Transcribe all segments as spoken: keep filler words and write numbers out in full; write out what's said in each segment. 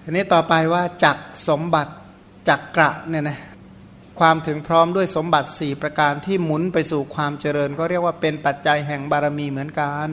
ทีนี้ต่อไปว่าจักสมบัติจักกระเนี่ยนะความถึงพร้อมด้วยสมบัติสี่ประการที่หมุนไปสู่ความเจริญก็เรียกว่าเป็นปัจจัยแห่งบารมีเหมือนกัน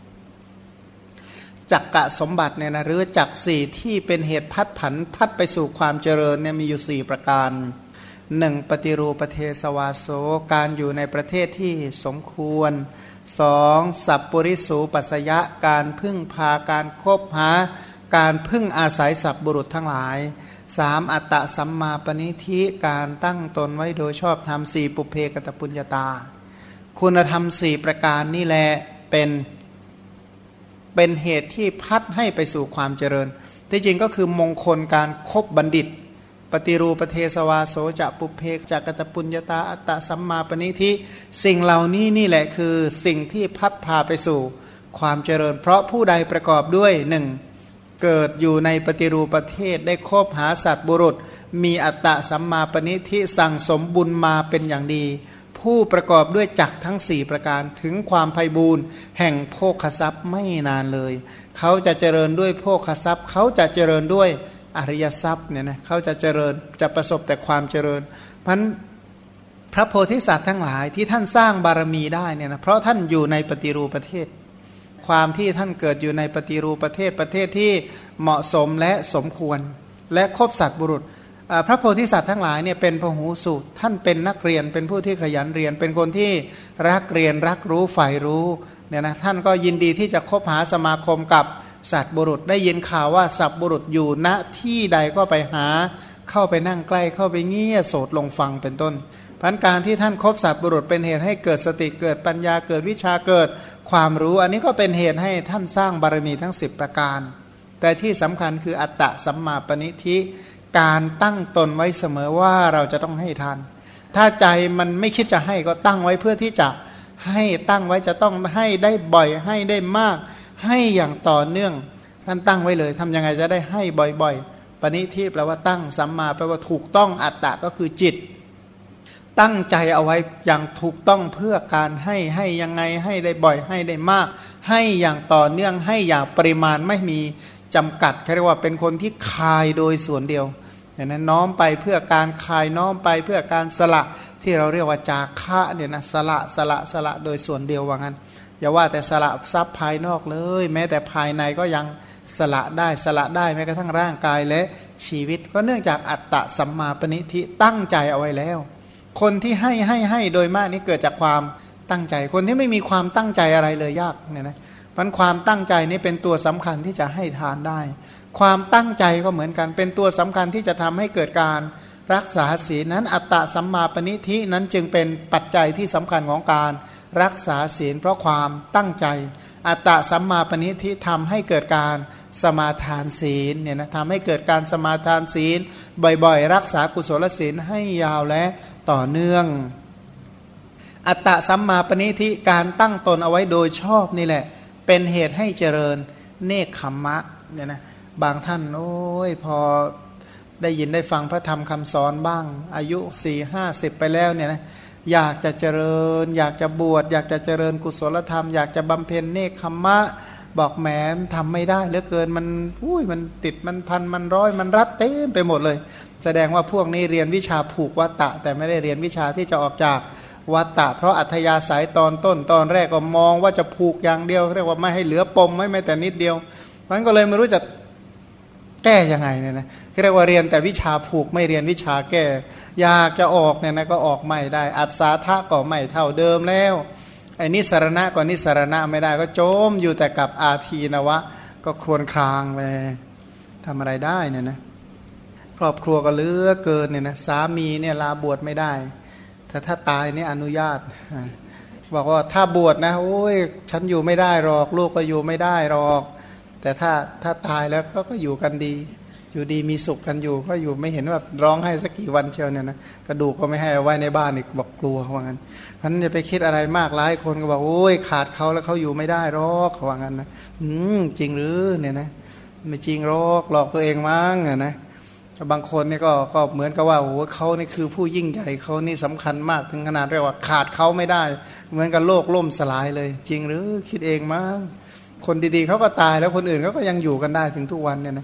จักกะสมบัติเนี่ยนะหรือจักสี่ที่เป็นเหตุพัดผันพัดไปสู่ความเจริญเนี่ยมีอยู่สี่ประการหนึ่งปฏิรูปประเทศวาโสการอยู่ในประเทศที่สมควรสองสัพปริสูปัสสยะการพึ่งพาการคบหาการพึ่งอาศัยสัพบุรุษทั้งหลายสามอัตตะสัมมาปณิธิการตั้งตนไว้โดยชอบธรรมสี่ปุเพกตปุญญาตาคุณธรรมสี่ประการนี่แหละเป็นเป็นเหตุที่พัดให้ไปสู่ความเจริญที่จริงก็คือมงคลการคบบัณฑิตปฏิรูปเทสวาโสจะปุเพกจักตปุญญาตาอัตตะสัมมาปณิธิสิ่งเหล่านี้นี่แหละคือสิ่งที่พัดพาไปสู่ความเจริญเพราะผู้ใดประกอบด้วยหนึ่งเกิดอยู่ในปฏิรูปประเทศได้คบหาสัตว์บุรุษมีอัตตะสัมมาปณิธิสั่งสมบุญมาเป็นอย่างดีผู้ประกอบด้วยจักทั้งสี่ประการถึงความไพบูรย์แห่งโภคทรัพย์ไม่นานเลยเขาจะเจริญด้วยโภคทรัพย์เขาจะเจริญด้วยอริยทรัพย์เนี่ยนะเขาจะเจริญจะประสบแต่ความเจริญเพราะฉะนั้นพระโพธิสัตว์ทั้งหลายที่ท่านสร้างบารมีได้เนี่ยนะเพราะท่านอยู่ในปฏิรูปประเทศความที่ท่านเกิดอยู่ในปฏิรูปประเทศประเทศที่เหมาะสมและสมควรและคบสัตว์บุรุษพระโพธิสัตว์ทั้งหลายเนี่ยเป็นพหูสูตรท่านเป็นนักเรียนเป็นผู้ที่ขยันเรียนเป็นคนที่รักเรียนรักรู้ใฝ่รู้เนี่ยนะท่านก็ยินดีที่จะคบหาสมาคมกับสัตว์บุรุษได้ยินข่าวว่าสัตว์บุรุษอยู่ณที่ใดก็ไปหาเข้าไปนั่งใกล้เข้าไปเงี่ยโสดลงฟังเป็นต้นพันการที่ท่านคบสัตว์บุรุษเป็นเหตุให้เกิดสติเกิดปัญญาเกิดวิชาเกิดความรู้อันนี้ก็เป็นเหตุให้ท่านสร้างบารมีทั้งสิบประการแต่ที่สำคัญคืออัตตะสัมมาปณิธิการตั้งตนไว้เสมอว่าเราจะต้องให้ทานถ้าใจมันไม่คิดจะให้ก็ตั้งไว้เพื่อที่จะให้ตั้งไว้จะต้องให้ได้บ่อยให้ได้มากให้อย่างต่อเนื่องท่านตั้งไว้เลยทำยังไงจะได้ให้บ่อยๆปณิธิแปลว่าตั้งสัมมาแปลว่าถูกต้องอัตตะก็คือจิตตั้งใจเอาไว้อย่างถูกต้องเพื่อการให้ให้ยังไงให้ได้บ่อยให้ได้มากให้อย่างต่อเนื่องให้อย่างปริมาณไม่มีจำกัดเรียกว่าเป็นคนที่คายโดยส่วนเดียวอย่างนั้นน้อมไปเพื่อการคายน้อมไปเพื่อการสละที่เราเรียกว่าจาคะเนี่ยนะสละสละสละโดยส่วนเดียวว่างั้นอย่าว่าแต่สละทรัพย์ภายนอกเลยแม้แต่ภายในก็ยังสละได้สละได้แม้กระทั่งร่างกายและชีวิตก็เนื่องจากอัตตะสัมมาปณิธิตั้งใจเอาไว้แล้วคนที่ให้ให้ให้โดยมากนี่เกิดจากความตั้งใจคนที่ไม่มีความตั้งใจอะไรเลยยากเนี่ยนะเพราะความตั้งใจนี่เป็นตัวสำคัญที่จะให้ทานได้ความตั้งใจก็เหมือนกันเป็นตัวสำคัญที่จะทำให้เกิดการรักษาศีลนั้นอัตตะสัมมาปณิธินั้นจึงเป็นปัจจัยที่สำคัญของการรักษาศีลเพราะความตั้งใจอัตตะสัมมาปณิธิทำให้เกิดการสมาทานศีลเนี่ยนะทำให้เกิดการสมาทานศีลบ่อยๆรักษากุศลศีลให้ยาวและต่อเนื่องอัตตะสัมมาปณิธิการตั้งตนเอาไว้โดยชอบนี่แหละเป็นเหตุให้เจริญเนคขมมะเนี่ยนะบางท่านโอ้ยพอได้ยินได้ฟังพระธรรมคำสอนบ้างอายุสี่ห้าสิบไปแล้วเนี่ยนะอยากจะเจริญอยากจะบวชอยากจะเจริญกุศลธรรมอยากจะบำเพ็ญเนคขมมะบอกแหมทำไม่ได้เหลือเกินมันอุ้ยมันติดมันพันมันร้อยมันรัดเต็มไปหมดเลยแสดงว่าพวกนี้เรียนวิชาผูกวัตตะแต่ไม่ได้เรียนวิชาที่จะออกจากวัตตะเพราะอัธยาศัยตอนต้นตอนแรกก็มองว่าจะผูกอย่างเดียวเรียกว่าไม่ให้เหลือปมไม่แม้แต่นิดเดียวมันก็เลยไม่รู้จะแก้ยังไงเนี่ยนะเรียกว่าเรียนแต่วิชาผูกไม่เรียนวิชาแก้อยากจะออกเนี่ยนะก็ออกไม่ได้อัศสาทะก็ไม่เท่าเดิมแล้วไอ้นิสรณะก็นิสรณะไม่ได้ก็โจมอยู่แต่กับอาทีนวะก็ครวญครางไปทำอะไรได้เนี่ยนะครอบครัวก็เหลือเกินเนี่ยนะสามีเนี่ยลาบวชไม่ได้แต่ถ้าตายเนี่ยอนุญาตบอกว่าถ้าบวชนะโอ้ยฉันอยู่ไม่ได้หรอกลูกก็อยู่ไม่ได้หรอกแต่ถ้าถ้าตายแล้วก็ก็อยู่กันดีอยู่ดีมีสุขกันอยู่ก็อยู่ไม่เห็นว่าร้องให้สักกี่วันเชียวเนี่ยนะกระดูกก็ไม่ให้เอาไว้ในบ้านอีกบอกกลัวว่างั้นเพราะนั้นอย่าไปคิดอะไรมากหลายคนก็บอกโอ้ยขาดเขาแล้วเขาอยู่ไม่ได้หรอกเขาว่างั้นนะอืมจริงหรือเนี่ยนะไม่จริงหรอกหลอกตัวเองมั้งนะบางคนนี่ก็ก็เหมือนกับว่าโอ้เขานี่คือผู้ยิ่งใหญ่เขานี่สำคัญมากถึงขนาดเรียกว่าขาดเขาไม่ได้เหมือนกับโลกล่มสลายเลยจริงหรือคิดเองมั้งคนดีๆเขาก็ตายแล้วคนอื่นเขาก็ยังอยู่กันได้ถึงทุกวันเนี่ยนะ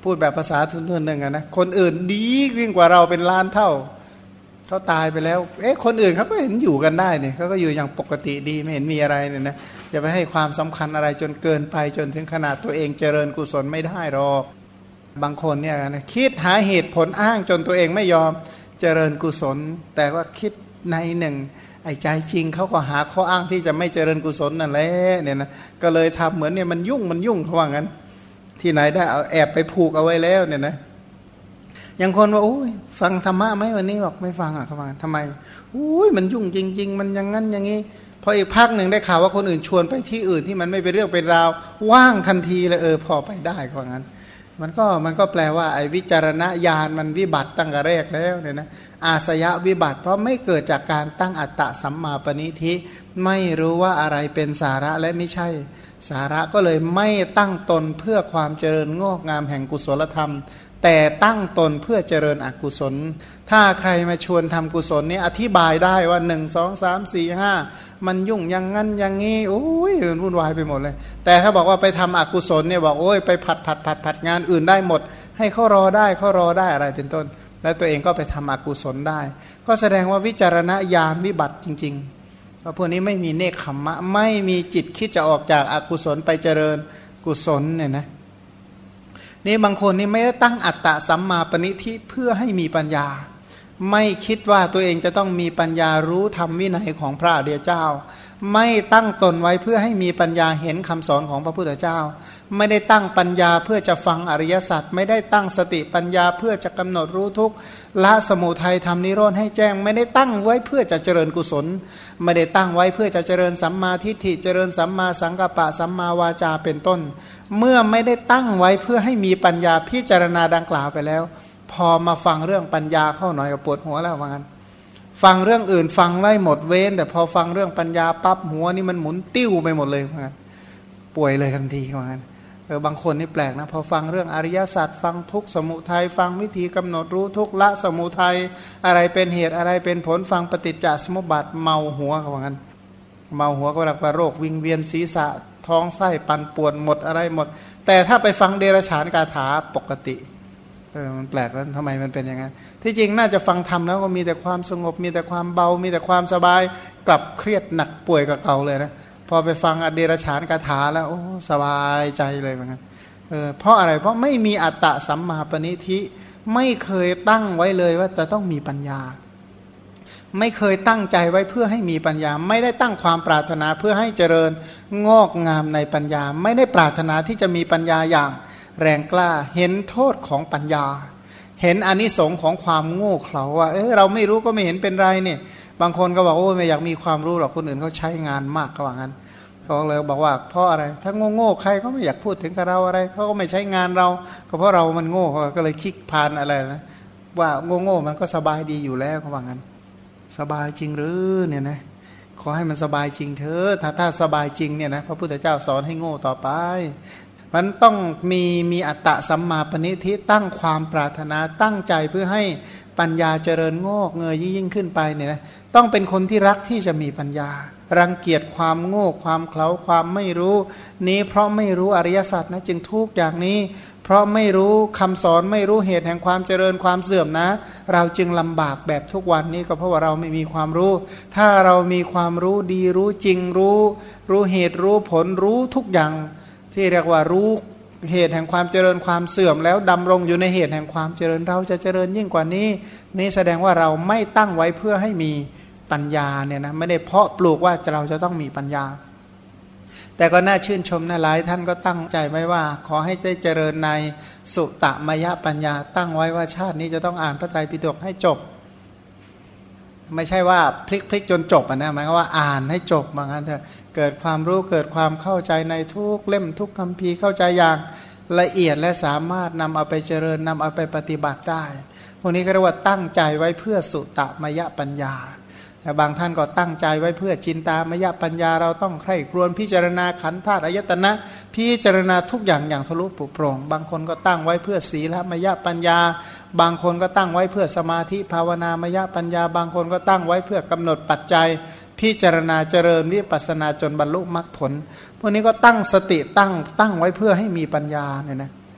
พูดแบบภาษาทุนๆหนึ่งนะคนอื่นดียิ่งกว่าเราเป็นล้านเท่าเขาตายไปแล้วเอ๊ะคนอื่นเขาก็เห็นอยู่กันได้เนี่ยเขาก็อยู่อย่างปกติดีไม่เห็นมีอะไรเนี่ยนะอย่าไปให้ความสำคัญอะไรจนเกินไปจนถึงขนาดตัวเองเจริญกุศลไม่ได้หรอกบางคนเนี่ยนะคิดหาเหตุผลอ้างจนตัวเองไม่ยอมเจริญกุศลแต่ว่าคิดในหนึ่งไอ้ใจจริงเขาก็หาข้ออ้างที่จะไม่เจริญกุศลนั่นแหละเนี่ยนะก็เลยทำเหมือนเนี่ยมันยุ่งมันยุ่งเขาว่างั้นที่ไหนได้เอาแอบไปผูกเอาไว้แล้วเนี่ยนะอย่างคนว่าโอ้ยฟังธรรมะไหมวันนี้บอกไม่ฟังอ่ะเขาว่าทำไมโอ้ยมันยุ่งจริงๆมันอย่างนั้นอย่างนี้พออีกพักหนึ่งได้ข่าวว่าคนอื่นชวนไปที่อื่นที่มันไม่เป็นเรื่องเป็นราวว่างทันทีเลยเออพอไปได้เขาว่างั้นมันก็มันก็แปลว่าไอ้วิจารณญาณมันวิบัติตั้งแต่แรกแล้วเนี่ยนะอาสยะวิบัติเพราะไม่เกิดจากการตั้งอัตตะสัมมาปณิธิไม่รู้ว่าอะไรเป็นสาระและไม่ใช่สาระก็เลยไม่ตั้งตนเพื่อความเจริญงอกงามแห่งกุศลธรรมแต่ตั้งตนเพื่อเจริญอกุศลถ้าใครมาชวนทำกุศลนี้อธิบายได้ว่าหนึ่งสองสามสี่ห้ามันยุ่งอย่างงั้นอย่างงี้โอ้ยวุ่นวายไปหมดเลยแต่ถ้าบอกว่าไปทำอกุศลเนี่ยบอกโอ้ยไปผัดผัดผัดผัดงานอื่นได้หมดให้เขารอได้เขารอได้อะไรเป็นต้นแล้วตัวเองก็ไปทำอกุศลได้ก็แสดงว่าวิจารณญาณวิบัติจริงๆเพราะพวกนี้ไม่มีเนคขมมะไม่มีจิตคิดจะออกจากอกุศลไปเจริญกุศลเนี่ยนะนี่บางคนนี่ไม่ได้ตั้งอัตตะสัมมาปณิธิเพื่อให้มีปัญญาไม่คิดว่าตัวเองจะต้องมีปัญญารู้ธรรมวินัยของพระอริยเจ้าไม่ตั้งตนไว้เพื่อให้มีปัญญาเห็นคำสอนของพระพุทธเจ้าไม่ได้ตั้งปัญญาเพื่อจะฟังอริยสัจไม่ได้ตั้งสติปัญญาเพื่อจะกำหนดรู้ทุกข์ละสมุทัยทำนิโรธให้แจ้งไม่ได้ตั้งไว้เพื่อจะเจริญกุศลไม่ได้ตั้งไว้เพื่อจะเจริญสัมมาทิฏฐิเจริญสัมมาสังกัปปะสัมมาวาจาเป็นต้นเมื่อไม่ได้ตั้งไว้เพื่อให้มีปัญญาพิจารณาดังกล่าวไปแล้วพอมาฟังเรื่องปัญญาเข้าหน่อยก็ปวดหัวแล้วว่างั้นฟังเรื่องอื่นฟังไล่หมดเว้นแต่พอฟังเรื่องปัญญาปั๊บหัวนี่มันหมุนติ้วไปหมดเลยว่างั้นป่วยเลยทันทีว่างั้นเออบางคนนี่แปลกนะพอฟังเรื่องอริยสัจฟังทุกข์สมุทัยฟังวิธีกำหนดรู้ทุกข์ละสมุทัยอะไรเป็นเหตุอะไรเป็นผลฟังปฏิจจสมุปบาทเมาหัวเขาว่างั้นเมาหัวก็เรียกว่าโรควิงเวียนศีรษะท้องไส้ปั่นป่วนหมดอะไรหมดแต่ถ้าไปฟังเดรัจฉานคาถาปกติเออมันแปลกแล้วทำไมมันเป็นอย่างนั้นที่จริงน่าจะฟังธรรมแล้วก็มีแต่ความสงบมีแต่ความเบามีแต่ความสบายกลับเครียดหนักป่วยกับเก่าเลยนะพอไปฟังอเดรัจฉานคาถาแล้วโอ้สบายใจเลยเหมือนกันเออเพราะอะไรเพราะไม่มีอัตตะสัมมาปณิธิไม่เคยตั้งไว้เลยว่าจะต้องมีปัญญาไม่เคยตั้งใจไว้เพื่อให้มีปัญญาไม่ได้ตั้งความปรารถนาเพื่อให้เจริญงอกงามในปัญญาไม่ได้ปรารถนาที่จะมีปัญญาอย่างแรงกล้าเห็นโทษของปัญญาเห็นอานิสงส์ของความโง่เขลาว่าเออเราไม่รู้ก็ไม่เห็นเป็นไรเนี่ยบางคนก็บอกโอ้ไม่อยากมีความรู้หรอกคนอื่นเขาใช้งานมากเขาว่างั้นเขาเลยบอกว่าเพราะอะไรถ้าโง่ๆใครก็ไม่อยากพูดถึงกับเราอะไรเขาก็ไม่ใช้งานเราก็เพราะเรามันโง่ก็เลยคิดพานอะไรนะว่าโง่ๆมันก็สบายดีอยู่แล้วเขาว่างั้นสบายจริงหรือเนี่ยนะขอให้มันสบายจริงเถอะถ้าถ้าสบายจริงเนี่ยนะพระพุทธเจ้าสอนให้โง่ต่อไปมันต้องมีมีอัตตะสัมมาปณิธิตั้งความปรารถนาตั้งใจเพื่อให้ปัญญาเจริญงอกเงยยิ่งขึ้นไปเนี่ยนะต้องเป็นคนที่รักที่จะมีปัญญารังเกียจความโง่ความเขลาความไม่รู้นี้เพราะไม่รู้อริยสัจนะจึงทุกข์อย่างนี้เพราะไม่รู้คำสอนไม่รู้เหตุแห่งความเจริญความเสื่อมนะเราจึงลำบากแบบทุกวันนี้ก็เพราะว่าเราไม่มีความรู้ถ้าเรามีความรู้ดีรู้จริงรู้รู้เหตุรู้ผลรู้ทุกอย่างที่เรียกว่ารู้เหตุแห่งความเจริญความเสื่อมแล้วดำรงอยู่ในเหตุแห่งความเจริญเราจะเจริญยิ่งกว่านี้นี่แสดงว่าเราไม่ตั้งไว้เพื่อให้มีปัญญาเนี่ยนะไม่ได้เพาะปลูกว่าเราจะต้องมีปัญญาแต่ก็น่าชื่นชมนะหลายท่านก็ตั้งใจไว้ว่าขอให้ได้เจริญในสุตมยปัญญาตั้งไว้ว่าชาตินี้จะต้องอ่านพระไตรปิฎกให้จบไม่ใช่ว่าพลิกพลิกจนจบอ่ะนะหมายความว่าอ่านให้จบว่างั้นเถอะเกิดความรู้เกิดความเข้าใจในทุกเล่มทุกคัมภีร์เข้าใจอย่างละเอียดและสามารถนำเอาไปเจริญนำเอาไปปฏิบัติได้พวกนี้ก็เรียกว่าตั้งใจไว้เพื่อสุตมยปัญญาแต่บางท่านก็ตั้งใจไว้เพื่อจินตามยปัญญาเราต้องใคร่ครวญพิจารณาขันธ์ธาตุอายตนะพิจารณาทุกอย่างอย่างทะลุปลุกโปร่งบางคนก็ตั้งไว้เพื่อศีลมยปัญญาบางคนก็ตั้งไว้เพื่อสมาธิภาวนามยปัญญาบางคนก็ตั้งไว้เพื่อกำหนดปัจจัยพิจารณาเจริญวิปัสสนาจนบรรลุมรรคผลพวกนี้ก็ตั้งสติตั้งตั้งไว้เพื่อให้มีปัญญาเนี่ยนะ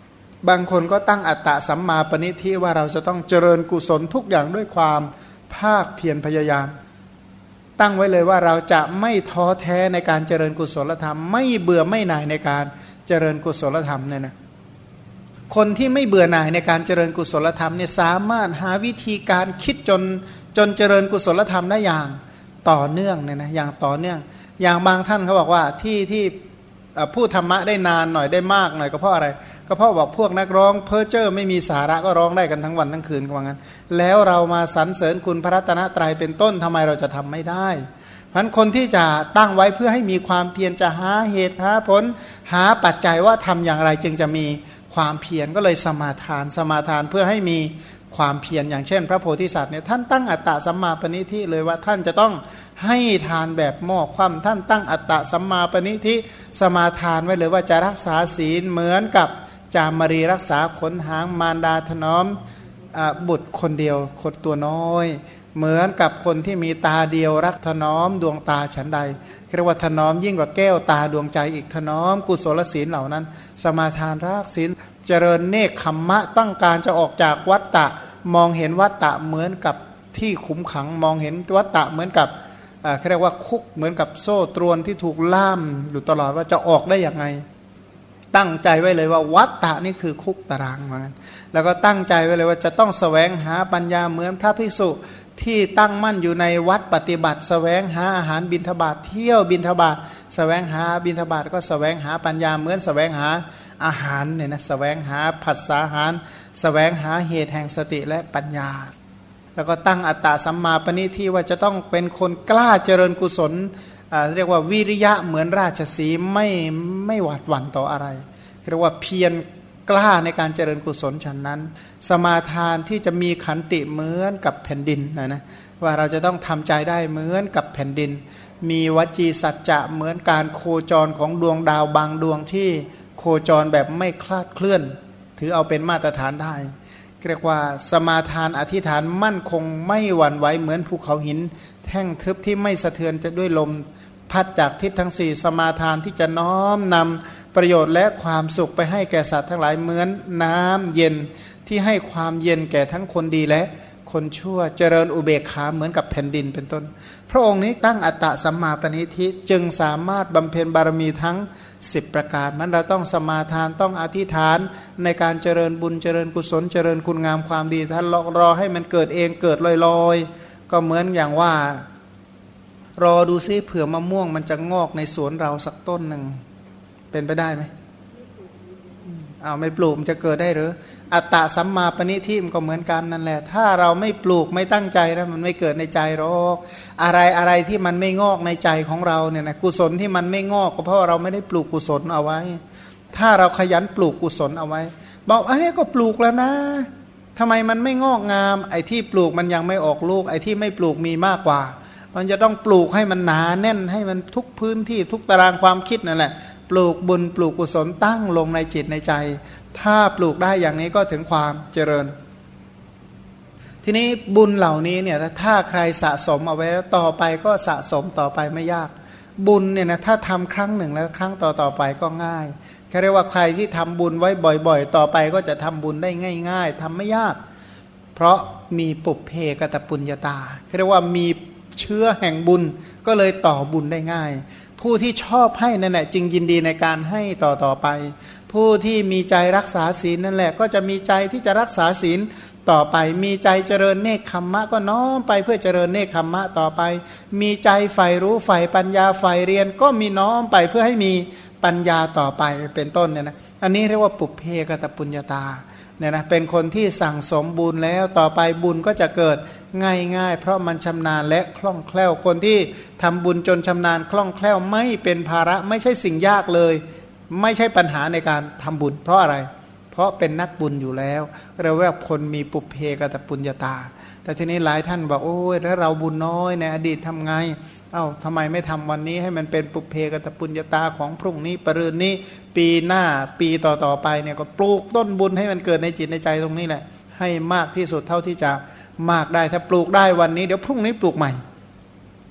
บางคนก็ตั้งอัตตะสัมมาปณิธิว่าเราจะต้องเจริญกุศลทุกอย่างด้วยความภาคเพียรพยายามตั้งไว้เลยว่าเราจะไม่ท้อแท้ในการเจริญกุศลธรรมไม่เบื่อไม่หน่ายในการเจริญกุศลธรรมเนี่ยนะคนที่ไม่เบื่อหน่ายในการเจริญกุศลธรรมเนี่ยสามารถหาวิธีการคิดจนจนเจริญกุศลธรรมได้อย่างต่อเนื่องเนี่ยนะอย่างต่อเนื่องอย่างบางท่านเขาบอกว่าที่ที่พูดธรรมะได้นานหน่อยได้มากหน่อยก็เพราะอะไรก็เพราะบอกพวกนักร้องเพ้อเจ้อไม่มีสาระก็ร้องได้กันทั้งวันทั้งคืนว่างั้นแล้วเรามาสรรเสริญคุณพระรัตนตรัยเป็นต้นทำไมเราจะทำไม่ได้เพราะฉะนั้นคนที่จะตั้งไว้เพื่อให้มีความเพียรจะหาเหตุหาผลหาปัจจัยว่าทำอย่างไรจึงจะมีความเพียรก็เลยสมาทานสมาทานเพื่อให้มีความเพียรอย่างเช่นพระโพธิสัตว์เนี่ยท่านตั้งอัตตะสัมมาปณิธิเลยว่าท่านจะต้องให้ทานแบบหม้อคว่ำท่านตั้งอัตตะสัมมาปณิธิสมาทานไว้เลยว่าจะรักษาศีลเหมือนกับจามรีรักษาขนหางมารดาถนอมบุตรคนเดียวคนตัวน้อยเหมือนกับคนที่มีตาเดียวรักถนอมดวงตาฉันใดเรียกว่าถนอมยิ่งกว่าแก้วตาดวงใจอีกถนอมกุศลศีลเหล่านั้นสมาทานรักศีลเจริญเนคขมมะต้องการจะออกจากวัฏฏะมองเห็นวัฏฏะเหมือนกับที่ขุมขังมองเห็นวัฏฏะเหมือนกับเขาเรียกว่าคุกเหมือนกับโซ่ตรวนที่ถูกล่ามอยู่ตลอดว่าจะออกได้อย่างไงตั้งใจไว้เลยว่าวัฏฏะนี่คือคุกตารางมาแล้วก็ตั้งใจไว้เลยว่าจะต้องแสวงหาปัญญาเหมือนพระภิกษุที่ตั้งมั่นอยู่ในวัดปฏิบัติแสวงหาอาหารบิณฑบาตเที่ยวบิณฑบาตแสวงหาบิณฑบาตก็แสวงหาปัญญาเหมือนแสวงหาอาหารเนี่ยนะแสวงหาผัสสะอาหารแสวงหาเหตุแห่งสติและปัญญาแล้วก็ตั้งอัตตะสัมมาปณิธิว่าจะต้องเป็นคนกล้าเจริญกุศลเรียกว่าวิริยะเหมือนราชสีห์ไม่ไม่หวาดหวั่นต่ออะไรเรียกว่าเพียรกล้าในการเจริญกุศลฉันนั้นสมาทานที่จะมีขันติเหมือนกับแผ่นดินนะนะว่าเราจะต้องทำใจได้เหมือนกับแผ่นดินมีวจีสัจจะเหมือนการโคจรของดวงดาวบางดวงที่โคจรแบบไม่คลาดเคลื่อนถือเอาเป็นมาตรฐานได้เรียกว่าสมาทานอธิษฐานมั่นคงไม่หวั่นไหวเหมือนภูเขาหินแท่งทึบที่ไม่สะเทือนจะด้วยลมพัดจากทิศทั้งสี่สมาทานที่จะน้อมนำประโยชน์และความสุขไปให้แก่สัตว์ทั้งหลายเหมือนน้ำเย็นที่ให้ความเย็นแก่ทั้งคนดีและคนชั่วเจริญอุเบกขาเหมือนกับแผ่นดินเป็นต้นพระองค์นี้ตั้งอัตตะสัมมาปณิธิจึงสามารถบำเพ็ญบารมีทั้งสิบประการมันเราต้องสมาทานต้องอธิษฐานในการเจริญบุญเจริญกุศลเจริญคุณงามความดีท่านรอรอให้มันเกิดเองเกิดลอยๆก็เหมือนอย่างว่ารอดูซิเผื่อมะม่วงมันจะงอกในสวนเราสักต้นหนึ่งเป็นไปได้ไหมอ้าวไม่ปลูกมันจะเกิดได้หรืออัตตะสัมมาปณิธิมันก็เหมือนกันนั่นแหละถ้าเราไม่ปลูกไม่ตั้งใจนะมันไม่เกิดในใจหรอกอะไรอะไรที่มันไม่งอกในใจของเราเนี่ยนะกุศลที่มันไม่งอกก็เพราะเราไม่ได้ปลูกกุศลเอาไว้ถ้าเราขยันปลูกกุศลเอาไว้บอกเอ้ยก็ปลูกแล้วนะทำไมมันไม่งอกงามไอ้ที่ปลูกมันยังไม่ออกลูกไอ้ที่ไม่ปลูกมีมากกว่ามันจะต้องปลูกให้มันหนาแน่นให้มันทุกพื้นที่ทุกตารางความคิดนั่นแหละปลูกบุญปลูกกุศลตั้งลงในจิตในใจถ้าปลูกได้อย่างนี้ก็ถึงความเจริญทีนี้บุญเหล่านี้เนี่ยถ้าใครสะสมเอาไว้แล้วต่อไปก็สะสมต่อไปไม่ยากบุญเนี่ยนะถ้าทำครั้งหนึ่งแล้วครั้งต่อต่อไปก็ง่ายแค่เรียกว่าใครที่ทำบุญไว้บ่อยๆต่อไปก็จะทำบุญได้ง่ายๆทำไม่ยากเพราะมีปุพเพกตปุญญาตาเรียกว่ามีเชื้อแห่งบุญก็เลยต่อบุญได้ง่ายผู้ที่ชอบให้นั่นแหละจึงยินดีในการให้ต่อต่อไปผู้ที่มีใจรักษาศีลนั่นแหละก็จะมีใจที่จะรักษาศีลต่อไปมีใจเจริญเนคขมมะก็น้อมไปเพื่อเจริญเนคขมมะต่อไปมีใจใฝ่รู้ใฝ่ปัญญาใฝ่เรียนก็มีน้อมไปเพื่อให้มีปัญญาต่อไปเป็นต้นเนี่ยนะอันนี้เรียกว่าปุพเพกตปุญญาตาเนี่ยนะเป็นคนที่สั่งสมบุญแล้วต่อไปบุญก็จะเกิดง่ายๆเพราะมันชำนาญและคล่องแคล่วคนที่ทำบุญจนชำนาญคล่องแคล่วไม่เป็นภาระไม่ใช่สิ่งยากเลยไม่ใช่ปัญหาในการทำบุญเพราะอะไรเพราะเป็นนักบุญอยู่แล้วเรียกว่าคนมีปุพเพกตปุญญาตาแต่ทีนี้หลายท่านบอกโอ้ยแล้วเราบุญน้อยในอดีตทำไงเอ้าทำไมไม่ทำวันนี้ให้มันเป็นปุพเพกตปุญญาตาของพรุ่งนี้ปรืนนี้ปีหน้าปีต่อๆไปเนี่ยก็ปลูกต้นบุญให้มันเกิดในจิตในใจตรงนี้แหละให้มากที่สุดเท่าที่จะมากได้ถ้าปลูกได้วันนี้เดี๋ยวพรุ่งนี้ปลูกใหม่ป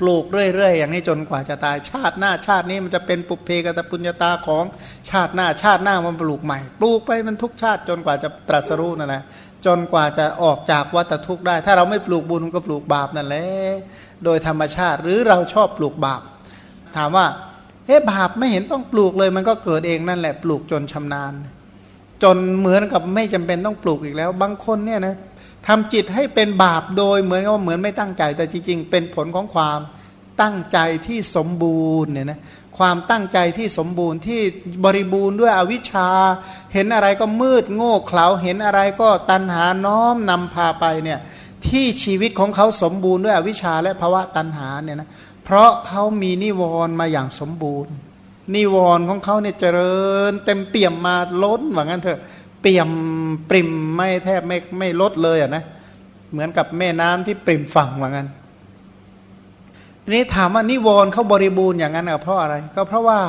ลูกเรื่อยๆอย่างนี้จนกว่าจะตายชาติหน้าชาตินี้มันจะเป็นปุเพกตปุญญาตาของชาติหน้าชาติหน้ามันปลูกใหม่ปลูกไปมันทุกชาติจนกว่าจะตรัสรู้นั่นแหละจนกว่าจะออกจากวัฏทุกข์ได้ถ้าเราไม่ปลูกบุญก็ปลูกบาปนั่นแหละโดยธรรมชาติหรือเราชอบปลูกบาปถามว่าเอ๊ะบาปไม่เห็นต้องปลูกเลยมันก็เกิดเองนั่นแหละปลูกจนชำนาญจนเหมือนกับไม่จำเป็นต้องปลูกอีกแล้วบางคนเนี่ยนะทำจิตให้เป็นบาปโดยเหมือนกับเหมือนไม่ตั้งใจแต่จริงๆเป็นผลของความตั้งใจที่สมบูรณ์เนี่ยนะความตั้งใจที่สมบูรณ์ที่บริบูรณ์ด้วยอวิชชาเห็นอะไรก็มืดโง่เขลาเห็นอะไรก็ตัณหาน้อมนำพาไปเนี่ยที่ชีวิตของเขาสมบูรณ์ด้วยอวิชชาและภวะตัณหาเนี่ยนะเพราะเขามีนิวรณ์มาอย่างสมบูรณ์นิวรณ์ของเขาเนี่ยเจริญเต็มเปี่ยมมาล้นว่างั้นเถอะเปี่ยมปริ่มไม่แทบไม่ไม่ลดเลยอ่ะนะเหมือนกับแม่น้ำที่ปริ่มฝั่งว่างั้นทีนี้ถามว่านิวรณ์เขาบริบูรณ์อย่างนั้นเพราะอะไรก็เพราะว่า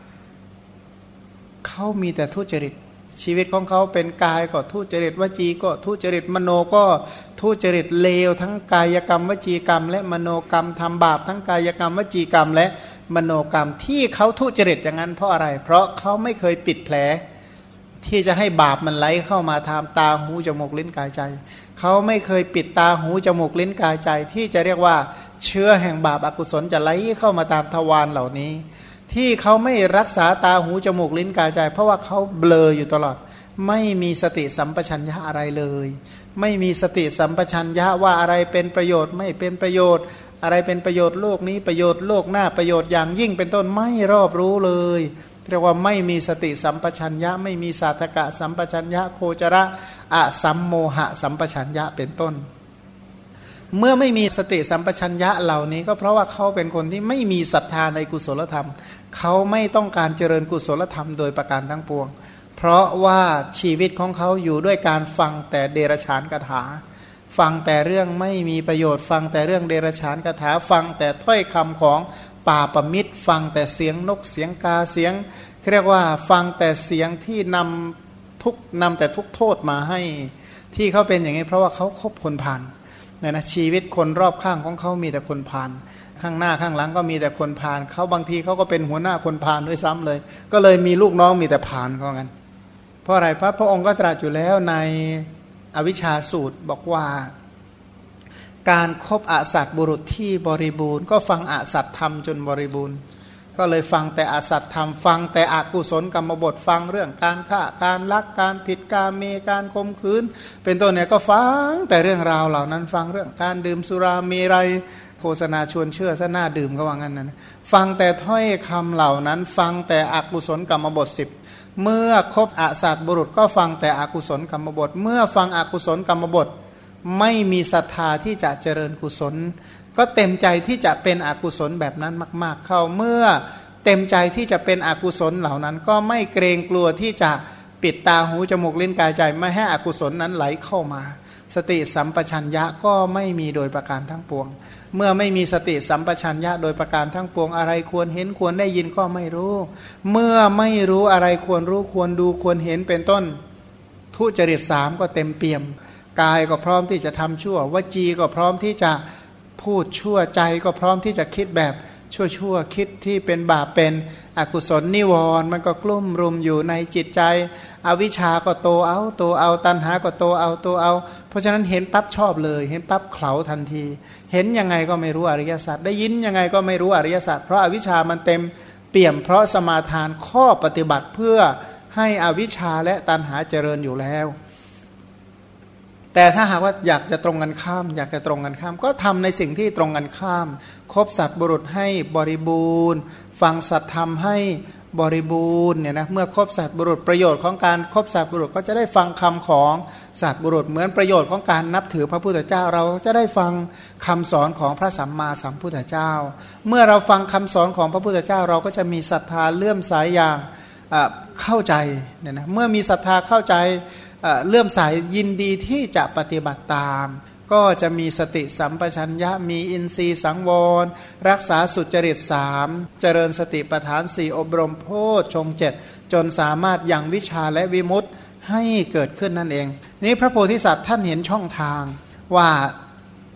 เขามีแต่ทุจริตชีวิตของเขาเป็นกายก็ทุจริตวจีก็ทุจริตมโนก็ทุจริตเลวทั้งกายกรรมวจีกรรมและมโนกรรมทำบาปทั้งกายกรรมวจีกรรมและมโนกรรมที่เขาทุจริตอย่างนั้นเพราะอะไรเพราะเขาไม่เคยปิดแผลที่จะให้บาปมันไหลเข้ามาทางตาหูจมูกลิ้นกายใจเขาไม่เคยปิดตาหูจมูกลิ้นกายใจที่จะเรียกว่าเชื้อแห่งบาปอกุศลจะไหลเข้ามาตามทวารเหล่านี้ที่เขาไม่รักษาตาหูจมูกลิ้นกายใจเพราะว่าเขาเบลออยู่ตลอดไม่มีสติสัมปชัญญะอะไรเลยไม่มีสติสัมปชัญญะว่าอะไรเป็นประโยชน์ไม่เป็นประโยชน์อะไรเป็นประโยชน์โลกนี้ประโยชน์โลกหน้าประโยชน์อย่างยิ่งเป็นต้นไม่รอบรู้เลยเรียกว่าไม่มีสติสัมปชัญญะไม่มีสาธกะสัมปชัญญะโคจระอะสัมโมหะสัมปชัญญะเป็นต้นเมื่อไม่มีสติสัมปชัญญะเหล่านี้ก็เพราะว่าเขาเป็นคนที่ไม่มีศรัทธาในกุศลธรรมเขาไม่ต้องการเจริญกุศลธรรมโดยประการทั้งปวงเพราะว่าชีวิตของเขาอยู่ด้วยการฟังแต่เดรัจฉานคาถาฟังแต่เรื่องไม่มีประโยชน์ฟังแต่เรื่องเดรัจฉานคาถาฟังแต่ถ้อยคำของป่าประมิตรฟังแต่เสียงนกเสียงกาเสียงเรียกว่าฟังแต่เสียงที่นำทุกนำแต่ทุกโทษมาให้ที่เขาเป็นอย่างนี้เพราะว่าเขาคบคนผ่านเนี่ยนะชีวิตคนรอบข้างของเขามีแต่คนผ่านข้างหน้าข้างหลังก็มีแต่คนผ่านเขาบางทีเขาก็เป็นหัวหน้าคนผ่านด้วยซ้ำเลยก็เลยมีลูกน้องมีแต่ผ่านเขางั้นเพราะอะไรพระพระองค์ก็ตรัสอยู่แล้วในอวิชชาสูตรบอกว่าการคบอสัตบุรุษที่บริบูรณ์ก็ฟังอสัตธรรมจนบริบูรณ์ก็เลยฟังแต่อสัตธรรมฟังแต่อกุศลกรรมบทฟังเรื่องการฆ่าการลักการผิดการเมการข่มขืนเป็นต้นเนี่ยก็ฟังแต่เรื่องราวเหล่านั้นฟังเรื่องการดื่มสุราเมรัยโฆษณาชวนเชื่อซะหน้าดื่มก็ว่างั้นนะฟังแต่ถ้อยคำเหล่านั้นฟังแต่อกุศลกรรมบทสิบเมื่อคบอสัตบุรุษก็ฟังแต่อกุศลกรรมบทเมื่อฟังอกุศลกรรมบทไม่มีศรัทธาที่จะเจริญกุศลก็เต็มใจที่จะเป็นอกุศลแบบนั้นมากๆเข้าเมื่อเต็มใจที่จะเป็นอกุศลเหล่านั้นก็ไม่เกรงกลัวที่จะปิดตาหูจมูกลิ้นกายใจไม่ให้อกุศลนั้นไหลเข้ามาสติสัมปชัญญะก็ไม่มีโดยประการทั้งปวงเมื่อไม่มีสติสัมปชัญญะโดยประการทั้งปวงอะไรควรเห็นควรได้ยินก็ไม่รู้เมื่อไม่รู้อะไรควรรู้ควรดูควรเห็นเป็นต้นทุจริตสามก็เต็มเปี่ยมกายก็พร้อมที่จะทำชั่ววจีก็พร้อมที่จะพูดชั่วใจก็พร้อมที่จะคิดแบบชั่วชั่วคิดที่เป็นบาปเป็นอกุศลนิวรณ์มันก็กลุ่มรุมอยู่ในจิตใจอวิชชาก็โตเอาโตเอาตัณหาก็โตเอาโตเอาเพราะฉะนั้นเห็นปั๊บชอบเลยเห็นปั๊บเขลาทันทีเห็นยังไงก็ไม่รู้อริยสัจได้ยินยังไงก็ไม่รู้อริยสัจเพราะอวิชชามันเต็มเปี่ยมเพราะสมาทานข้อปฏิบัติเพื่อให้อวิชชาและตัณหาเจริญอยู่แล้วแต่ถ้าหากว่าอยากจะตรงกันข้ามอยากจะตรงกันข้ามก็ทำในสิ่งที่ตรงกันข้ามคบสัตว์บุรุษให้บริบูรณ์ฟังสัตธรรมให้บริบูรณ์เนี่ยนะเมื่อคบสัตว์บุรุษประโยชน์ของการคบสัตว์บุรุษก็จะได้ฟังคำของสัตว์บุรุษเหมือนประโยชน์ของการนับถือพระพุทธเจ้าเราจะได้ฟังคำสอนของพระสัมมาสัมพุทธเจ้าเมื่อเราฟังคำสอนของพระพุทธเจ้าเราก็จะมีศรัทธาเลื่อมใสอย่างเข้าใจเนี่ยนะเมื่อมีศรัทธาเข้าใจเลื่อมใสยินดีที่จะปฏิบัติตามก็จะมีสติสัมปชัญญะมีอินทรีย์สังวรรักษาสุจริตสามเจริญสติปัฏฐานสี่อบรมโพชฌงค์เจ็ดจนสามารถยังวิชาและวิมุตติให้เกิดขึ้นนั่นเองนี้พระโพธิสัตว์ท่านเห็นช่องทางว่า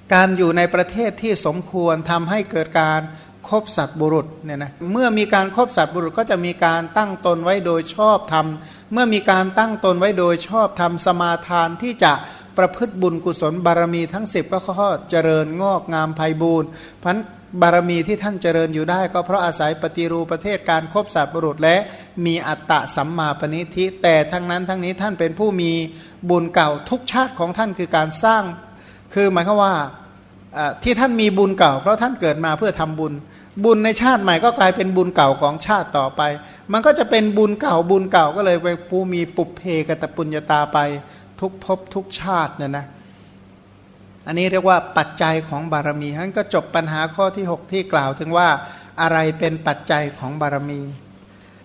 การอยู่ในประเทศที่สมควรทำให้เกิดการคบสัตว์บุรุษเนี่ยนะเมื่อมีการคบสัตว์บุรุษก็จะมีการตั้งตนไว้โดยชอบธรรมเมื่อมีการตั้งตนไว้โดยชอบธรรมสมาทานที่จะประพฤติบุญกุศลบารมีทั้งสิบก็ข้อเจริญงอกงามไพบูรณ์พันบารมีที่ท่านเจริญอยู่ได้ก็เพราะอาศัยปฏิรูปประเทศการคบสัตว์บุรุษและมีอัตตะสัมมาปณิธิแต่ทั้งนั้นทั้งนี้ท่านเป็นผู้มีบุญเก่าทุกชาติของท่านคือการสร้างคือหมายความว่าที่ท่านมีบุญเก่าเพราะท่านเกิดมาเพื่อทำบุญบุญในชาติใหม่ก็กลายเป็นบุญเก่าของชาติต่อไปมันก็จะเป็นบุญเก่าบุญเก่าก็เลยเป็นผู้มีปุพเพกตปุญญาตาไปทุกภพทุกชาติเนี่ยนะอันนี้เรียกว่าปัจจัยของบารมีฉะนั้นก็จบปัญหาข้อที่หกที่กล่าวถึงว่าอะไรเป็นปัจจัยของบารมี